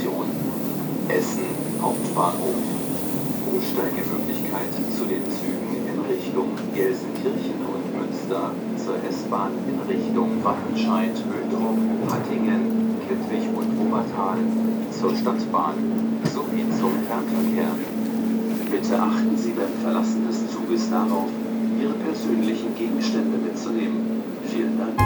Station Essen Hauptbahnhof. Umsteigemöglichkeit zu den Zügen in Richtung Gelsenkirchen und Münster, zur S-Bahn in Richtung Wattenscheid, Uerdruck, Hattingen, Kettwig und Wuppertal, zur Stadtbahn sowie zum Fernverkehr. Bitte achten Sie beim Verlassen des Zuges darauf, Ihre persönlichen Gegenstände mitzunehmen. Vielen Dank.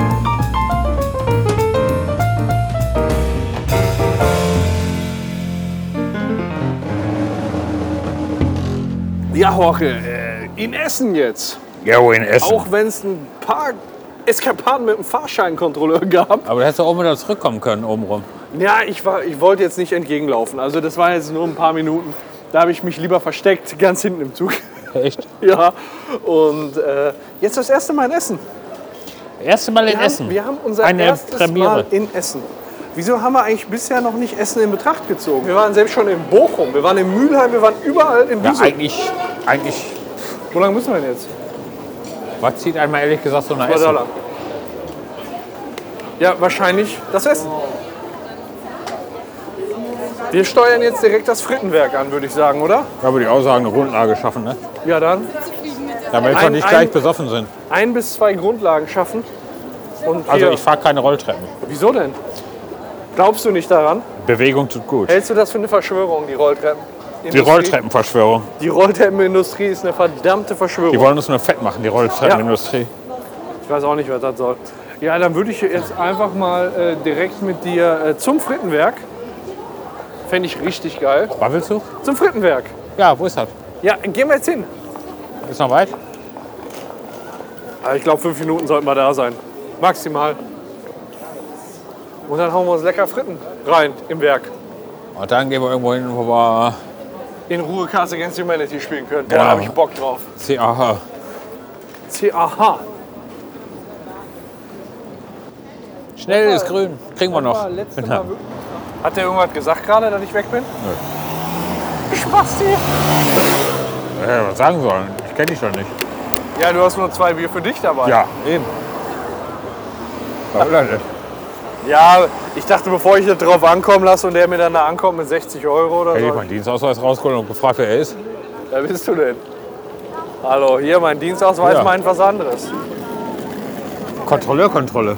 Ja, Jorge, in Essen jetzt. Ja, in Essen. Auch wenn es ein paar Eskapaden mit dem Fahrscheinkontrolleur gab. Aber du hättest auch wieder zurückkommen können obenrum. Ja, ich wollte jetzt nicht entgegenlaufen. Also das war jetzt nur ein paar Minuten. Da habe ich mich lieber versteckt, ganz hinten im Zug. Echt? Ja, und jetzt das erste Mal in Essen. Erste Mal in Essen. Wir haben unser Eine erstes Premiere. Mal in Essen. Wieso haben wir eigentlich bisher noch nicht Essen in Betracht gezogen? Wir waren selbst schon in Bochum, wir waren in Mülheim, wir waren überall in Ja, Büsum. eigentlich, Wo lange müssen wir denn jetzt? was zieht einmal ehrlich gesagt so nach Essen. Essen? Ja, wahrscheinlich das Essen. Wir steuern jetzt direkt das Frittenwerk an, würde ich sagen, oder? Da würde ich auch sagen, eine Grundlage schaffen, ne? Ja, dann Damit wir nicht gleich besoffen sind. 1 bis 2 Grundlagen schaffen. Und Also hier- ich fahre keine Rolltreppen. Wieso denn? Glaubst du nicht daran? Bewegung tut gut. Hältst du das für eine Verschwörung, die Rolltreppen? Die Rolltreppenverschwörung. Die Rolltreppenindustrie ist eine verdammte Verschwörung. Die wollen uns nur fett machen, die Rolltreppenindustrie. Ich weiß auch nicht, was das soll. Ja, dann würde ich jetzt einfach mal direkt mit dir zum Frittenwerk. Fände ich richtig geil. Was willst du? Zum Frittenwerk. Ja, wo ist das? Ja, gehen wir jetzt hin. Ist noch weit? Aber ich glaube, 5 Minuten sollten wir da sein. Maximal. Und dann hauen wir uns lecker Fritten rein im Werk. Und dann gehen wir irgendwo hin, wo wir In Ruhe Cards Against Humanity spielen können. Boah, Genau. da habe ich Bock drauf. CAH. CAH. Schnell ist grün. Kriegen wir noch. Ja. Hat der irgendwas gesagt gerade, dass ich weg bin? Nö. Spasti. Ja, was sagen sollen? Ich kenne dich doch nicht. Ja, du hast nur 2 Bier für dich dabei. Ja, eben. Was will er denn? Ja, ich dachte, bevor ich das drauf ankommen lasse und der mir dann da ankommt mit 60 Euro oder Hätte ich so. meinen Dienstausweis rausgeholt und gefragt, wer er ist. Wer bist du denn? Hallo, hier, mein Dienstausweis Ja. meint was anderes. Kontrolle.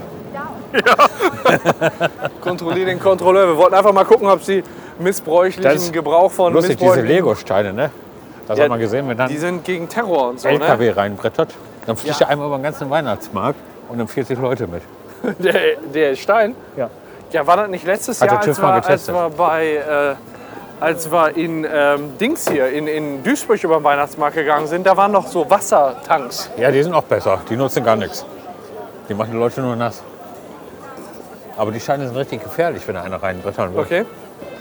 Kontrollier den Kontrolleur. Wir wollten einfach mal gucken, ob sie Das missbräuchlichen ist Gebrauch von Lustig, diese missbräuchlichen... Lego-Steine, ne? Das Ja, hat man gesehen, wenn dann Die sind gegen Terror und so, LKW reinbrettert. Dann fliegt Ja. er einmal über den ganzen Weihnachtsmarkt und dann 40 Leute mit. ne? Der Stein? Ja. Ja, war das nicht letztes Hat der Jahr, TÜV mal getestet. als wir in Dings hier, in Duisburg über den Weihnachtsmarkt gegangen sind, da waren noch so Wassertanks. Ja, die sind auch besser. Die nutzen gar nichts. Die machen die Leute nur nass. Aber die Steine sind richtig gefährlich, wenn da einer reinbrettern will. Okay.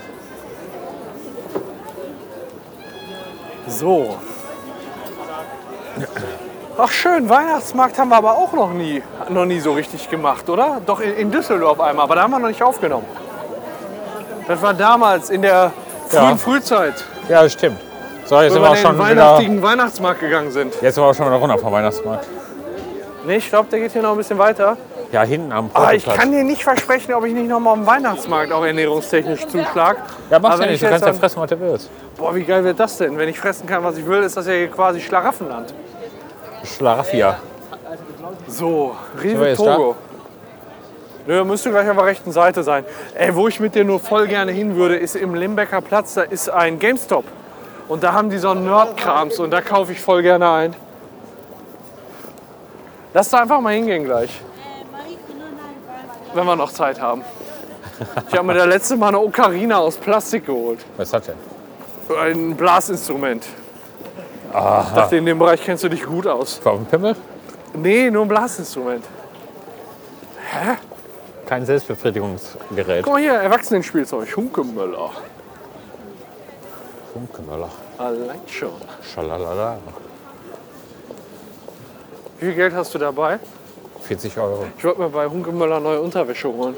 So. Ach schön, Weihnachtsmarkt haben wir aber auch noch nie so richtig gemacht, oder? Doch in Düsseldorf einmal, aber da haben wir noch nicht aufgenommen. Das war damals in der Ja. Frühzeit, Ja, das stimmt. So, jetzt wo sind wir wir auch in den schon wieder, weihnachtlichen Weihnachtsmarkt gegangen sind. jetzt sind wir auch schon wieder runter vom Weihnachtsmarkt. Nee, ich glaube, der geht hier noch ein bisschen weiter. Ja, hinten am Aber ich Portoplatz. kann dir nicht versprechen, ob ich nicht noch mal am Weihnachtsmarkt auch ernährungstechnisch zuschlag. Ja, machst Aber ja wenn nicht. ich Du kannst jetzt ja fressen, was du willst. Boah, wie geil wird das denn? Wenn ich fressen kann, was ich will, ist das ja hier quasi Schlaraffenland. Schlaraffia. So, wir Rewe jetzt Togo. Nö, müsste gleich auf der rechten Seite sein. Ey, wo ich mit dir nur voll gerne hin würde, ist im Limbecker Platz, da ist ein GameStop. Und da haben die so einen Nerd-Krams und da kaufe ich voll gerne ein. Lass da einfach mal hingehen gleich. Wenn wir noch Zeit haben. Ich habe mir das letzte Mal eine Ocarina aus Plastik geholt. Was ist das denn? Ein Blasinstrument. Ich dachte, in dem Bereich kennst du dich gut aus. War auf dem Pimmel? Nee, nur ein Blasinstrument. Kein Selbstbefriedigungsgerät. Guck mal hier, Erwachsenenspielzeug. Hunkemöller. Funkemöller. Allein schon. Schalalala. Wie viel Geld hast du dabei? 40 Euro. Ich wollte mir bei Hunkemöller neue Unterwäsche holen.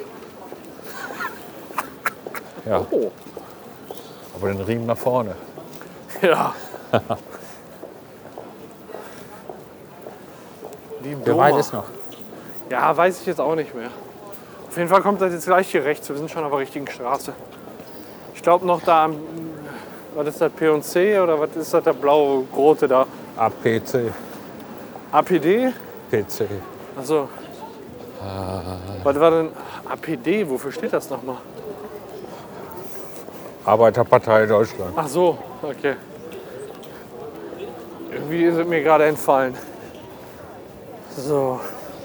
Ja, Oh. aber den Riemen nach vorne. Ja. Die Wie weit ist noch? Ja, weiß ich jetzt auch nicht mehr. Auf jeden Fall kommt das jetzt gleich hier rechts. Wir sind schon auf der richtigen Straße. Ich glaube noch da am, was ist das, P&C oder was ist das, der blau-rote da? APC. APD? PC. Achso. Was war denn APD? Wofür steht das nochmal? Arbeiterpartei Deutschland. Ach so, okay. Irgendwie ist es mir gerade entfallen. So.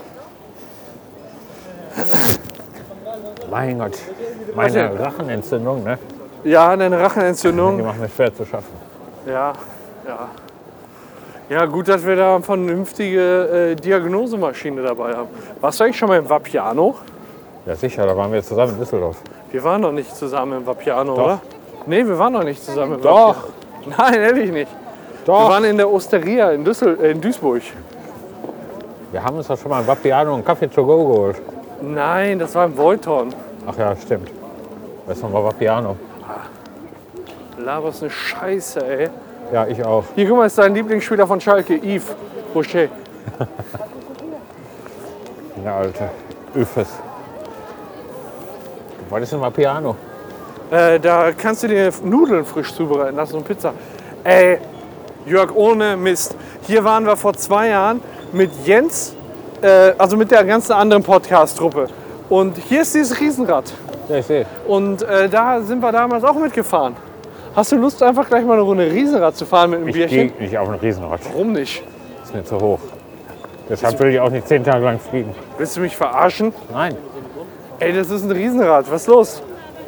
Mein Gott, meine Rachenentzündung, ne? Ja, eine Die Rachenentzündung. macht mir schwer zu schaffen. Ja, ja. Ja, gut, dass wir da eine vernünftige Diagnosemaschine dabei haben. Warst du eigentlich schon mal im Vapiano? Ja sicher, da waren wir zusammen in Düsseldorf. Wir waren noch nicht zusammen im Vapiano, Doch. oder? Nee, wir waren noch nicht zusammen im Doch. Vapiano. Nein, ehrlich nicht. Wir Doch. waren in der Osteria in Duisburg. Wir haben uns doch schon mal ein Vapiano und einen Kaffee to go geholt. Nein, das war im Voiton. Ach ja, stimmt. Das war Vapiano. Laberst eine Scheiße, ey. Ja, ich auch. Hier, guck mal, ist dein Lieblingsspieler von Schalke, Yves Rocher. Ja, Alter. Öfes. Was ist ein Vapiano? Da kannst du dir Nudeln frisch zubereiten lassen und Pizza. Ey, Jörg, ohne Mist. Hier waren wir vor 2 Jahren mit Jens, also mit der ganzen anderen Podcast-Truppe. Und hier ist dieses Riesenrad. Ja, ich sehe. Und da sind wir damals auch mitgefahren. Hast du Lust, einfach gleich mal eine Runde Riesenrad zu fahren mit einem Ich Bierchen? gehe nicht auf ein Riesenrad. Warum nicht? Das ist mir zu hoch. Deshalb will ich auch nicht 10 Tage lang fliegen. Willst du mich verarschen? Nein. Ey, das ist ein Riesenrad. Was ist los?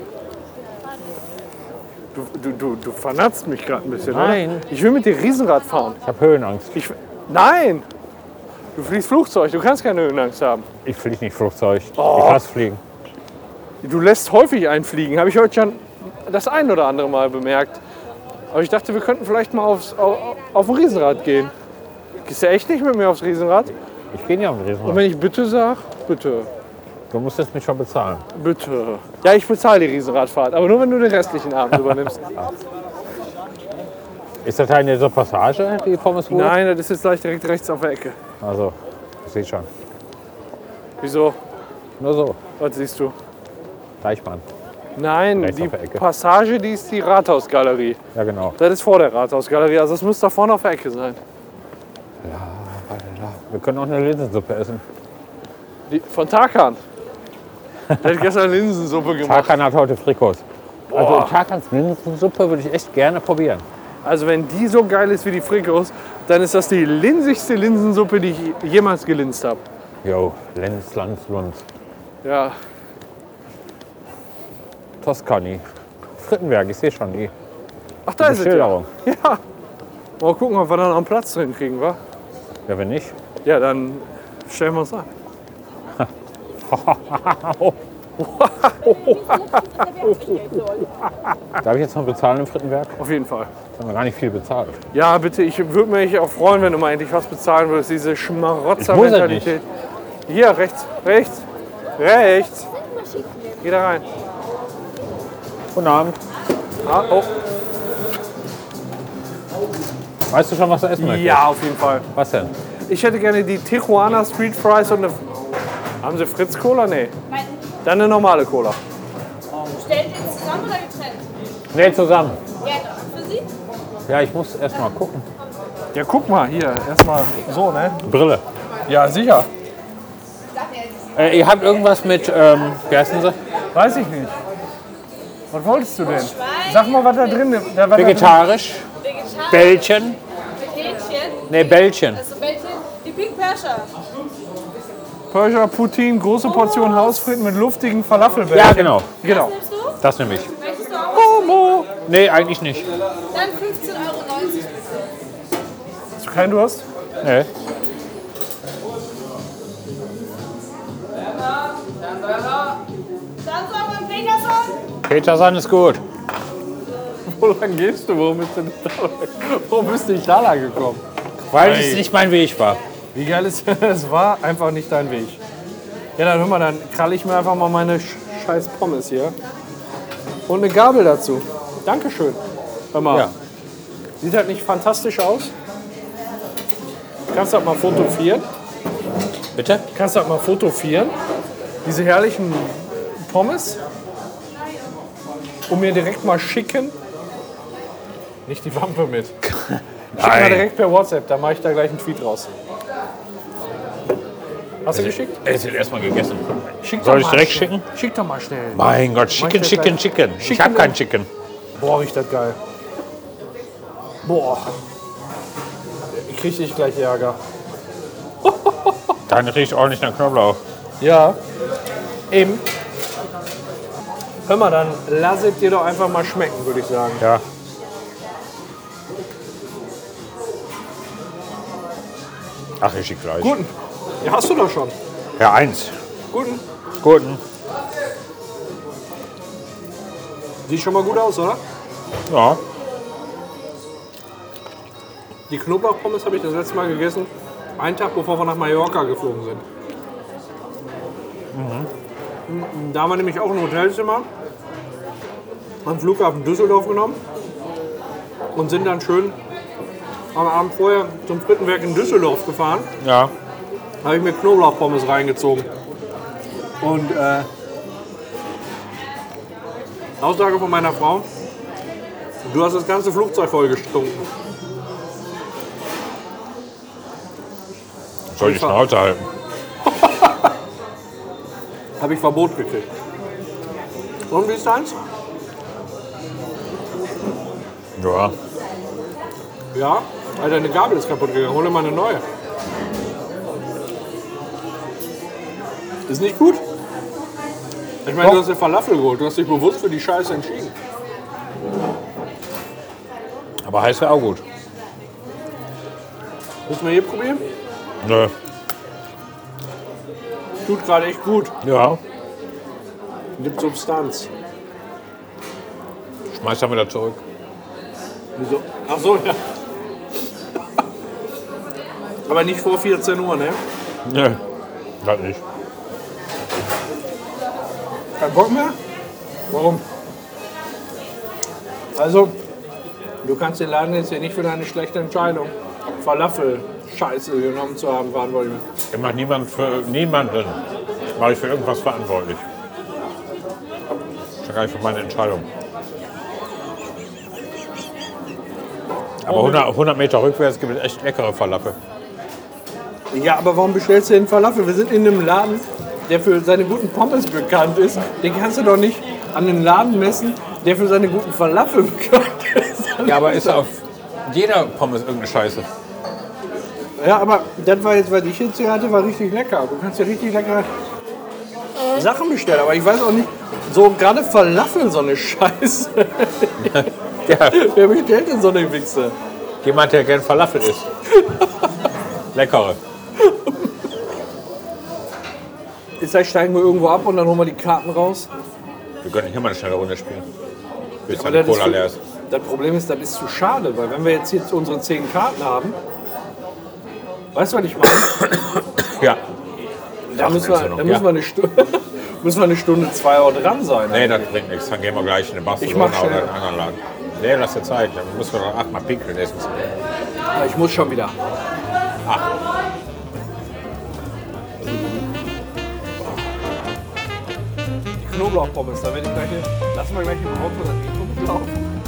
Du vernatzt mich gerade ein bisschen, Nein. oder? Ich will mit dir Riesenrad fahren. Ich habe Höhenangst. Nein! Du fliegst Flugzeug, du kannst keine Höhenangst haben. Ich fliege nicht Flugzeug. Oh. Ich hasse Fliegen. Du lässt häufig einfliegen, habe ich heute schon das ein oder andere Mal bemerkt. Aber ich dachte, wir könnten vielleicht mal auf ein Riesenrad gehen. Gehst du echt nicht mit mir aufs Riesenrad? Ich gehe nicht auf ein Und Riesenrad. wenn ich bitte sage, bitte, Du musst es mich schon bezahlen. bitte. Ja, ich bezahle die Riesenradfahrt, aber nur wenn du den restlichen Abend übernimmst. Ist das eine dieser Passage, die Pommesbude? Nein, das ist jetzt gleich direkt rechts auf der Ecke. Also, ich sehe schon. Wieso? Nur so. Was siehst du? Deichmann. Nein, Rechts die auf der Ecke. Passage, die ist die Rathausgalerie. Ja, genau. Das ist vor der Rathausgalerie, also es muss da vorne auf der Ecke sein. Wir können auch eine Linsensuppe essen. Die, von Tarkan. Der hat gestern Linsensuppe gemacht. Tarkan hat heute Frikos. Also Boah. Tarkans Linsensuppe würde ich echt gerne probieren. Also wenn die so geil ist wie die Frikos, dann ist das die linsigste Linsensuppe, die ich jemals gelinst habe. Jo, Lenz, Lanz, Lund. Ja, Toskani. Frittenberg, ich sehe schon die ach da ist es ja. Beschilderung. Ja. Mal gucken, ob wir da noch einen Platz drin kriegen, wa? Ja, wenn nicht. Ja, dann stellen wir uns an. Darf ich jetzt noch bezahlen im Frittenberg? Auf jeden Fall. Das haben wir gar nicht viel bezahlt. Ja, bitte, ich würde mich auch freuen, wenn du mal endlich was bezahlen würdest. Diese Schmarotzer-Mentalität. Hier, rechts, rechts, rechts. Geh da rein. Guten Abend. Ah, oh. Weißt du schon, was du essen möchtest? Ja, auf jeden Fall. Was denn? Ich hätte gerne die Tijuana Street Fries und eine... Haben Sie Fritz Cola? Nee. Nein. Dann eine normale Cola. Stellt ihr zusammen oder getrennt? Nee, zusammen. Gerne. Für Sie? Ja, ich muss erst mal gucken. Ja, guck mal, hier, erstmal so, ne? Brille. Ja, sicher. Ihr habt irgendwas mit, wie heißen sie? Weiß ich nicht. Was wolltest du denn? Sag mal, was da drin ist. Vegetarisch. Vegetarisch. Bällchen. Mit Hähnchen. Nee, Bällchen. Also Bällchen. Die Pink Perscher. Persia Poutine, große Portion Hausfritten mit luftigen Falafelbällchen. Ja, genau. Genau. Nimmst du? Das nehme ich. Möchtest du auch was? Homo. Nee, eigentlich nicht. Dann 15,90 € bitte. Hast du keinen Durst? Nee. Dann sagen wir Peterson. Peterson ist gut. Wo lang gehst du? Warum bist du nicht da lang gekommen? Weil Hey. es nicht mein Weg war. Wie geil ist es war einfach nicht dein Weg. Ja, dann hör mal, dann kralle ich mir einfach mal meine scheiß Pommes hier. Und eine Gabel dazu. Dankeschön. Hör mal. Ja. Sieht halt nicht fantastisch aus. Kannst du halt mal fotografieren? Bitte? Kannst du halt mal fotografieren? Diese herrlichen Pommes. und mir direkt mal schicken. Nicht die Wampe mit. Schick mal Nein. direkt per WhatsApp, dann mache ich da gleich einen Tweet raus. Hast du geschickt? Es wird erstmal gegessen. Schick Soll doch ich mal direkt schnell. schicken? Schick doch mal schnell. Mein Gott, Chicken, das Chicken, gleich. Chicken. Ich Chicken habe kein und- Chicken. Boah, riecht das geil. Boah. Ich krieg dich gleich Ärger. Deine riecht ordentlich nach Knoblauch. Ja. Eben. Hör mal, dann lass es dir doch einfach mal schmecken, würde ich sagen. Ja. Ach, ich schick gleich. Guten. Ja, hast du doch schon. Ja, 1. Guten. Guten. Sieht schon mal gut aus, oder? Ja. Die Knoblauchpommes habe ich das letzte Mal gegessen, einen Tag bevor wir nach Mallorca geflogen sind. Da haben wir nämlich auch ein Hotelzimmer am Flughafen Düsseldorf genommen und sind dann schön am Abend vorher zum Frittenwerk in Düsseldorf gefahren. Ja. Da habe ich mir Knoblauchpommes reingezogen. Und Aussage von meiner Frau, du hast das ganze Flugzeug vollgestunken. Soll ich Schnauze halten? Habe ich Verbot gekriegt. Und wie ist deins? Ja. Ja? Alter, deine Gabel ist kaputt gegangen. Hol dir mal eine neue. Ist nicht gut? Ich meine, du hast dir Falafel geholt. Du hast dich bewusst für die Scheiße entschieden. Aber heiß wäre auch gut. Müssen wir hier probieren? Nö. Tut gerade echt gut. Ja. Gibt Substanz. Schmeiß dann wieder zurück. Wieso? Ach so, ja. Aber nicht vor 14 Uhr, ne? Nö. Das nicht. Kein Bock mehr? Warum? Also, du kannst den Laden jetzt hier nicht für deine schlechte Entscheidung, Falafel-Scheiße genommen zu haben, verantwortlich. Ich mache niemanden mache ich für irgendwas verantwortlich. Das ist gar nicht für meine Entscheidung. Aber 100 Meter rückwärts gibt es echt leckere Falafel. Ja, aber warum bestellst du den Falafel? Wir sind in einem Laden, der für seine guten Pommes bekannt ist. Den kannst du doch nicht an einen Laden messen, der für seine guten Falafel bekannt ist. Ja, aber ist auf jeder Pommes irgendeine Scheiße. Ja, aber das war jetzt, was ich jetzt hier hatte, war richtig lecker. Du kannst ja richtig leckere Sachen bestellen, aber ich weiß auch nicht, so gerade Falafel so eine Scheiße. Ja, Wer bestellt denn so eine Wichse? jemand, der gern Falafel isst. Leckere. Ist das, steigen wir irgendwo ab und dann holen wir die Karten raus? Wir können hier mal eine schnelle Runde spielen. Bis Aber dann die das, Cola leer ist. das Problem ist, das ist zu schade, weil wenn wir jetzt unsere 10 Karten haben, weißt du, was ich meine? Ja. Da müssen wir, Entzündung, da müssen ja. wir eine Stunde, müssen wir eine Stunde, 2 Uhr dran sein. Nee, das bringt nichts. Dann gehen wir gleich in den Barcelona Ich mach oder schnell. in einen anderen Laden. Nee, lass dir Zeit. Dann müssen wir doch 8-mal pinkeln essen. Aber ich muss schon wieder. Die Knoblauchpommes, da werde ich gleich, lassen wir gleich im Auto das Mikro laufen.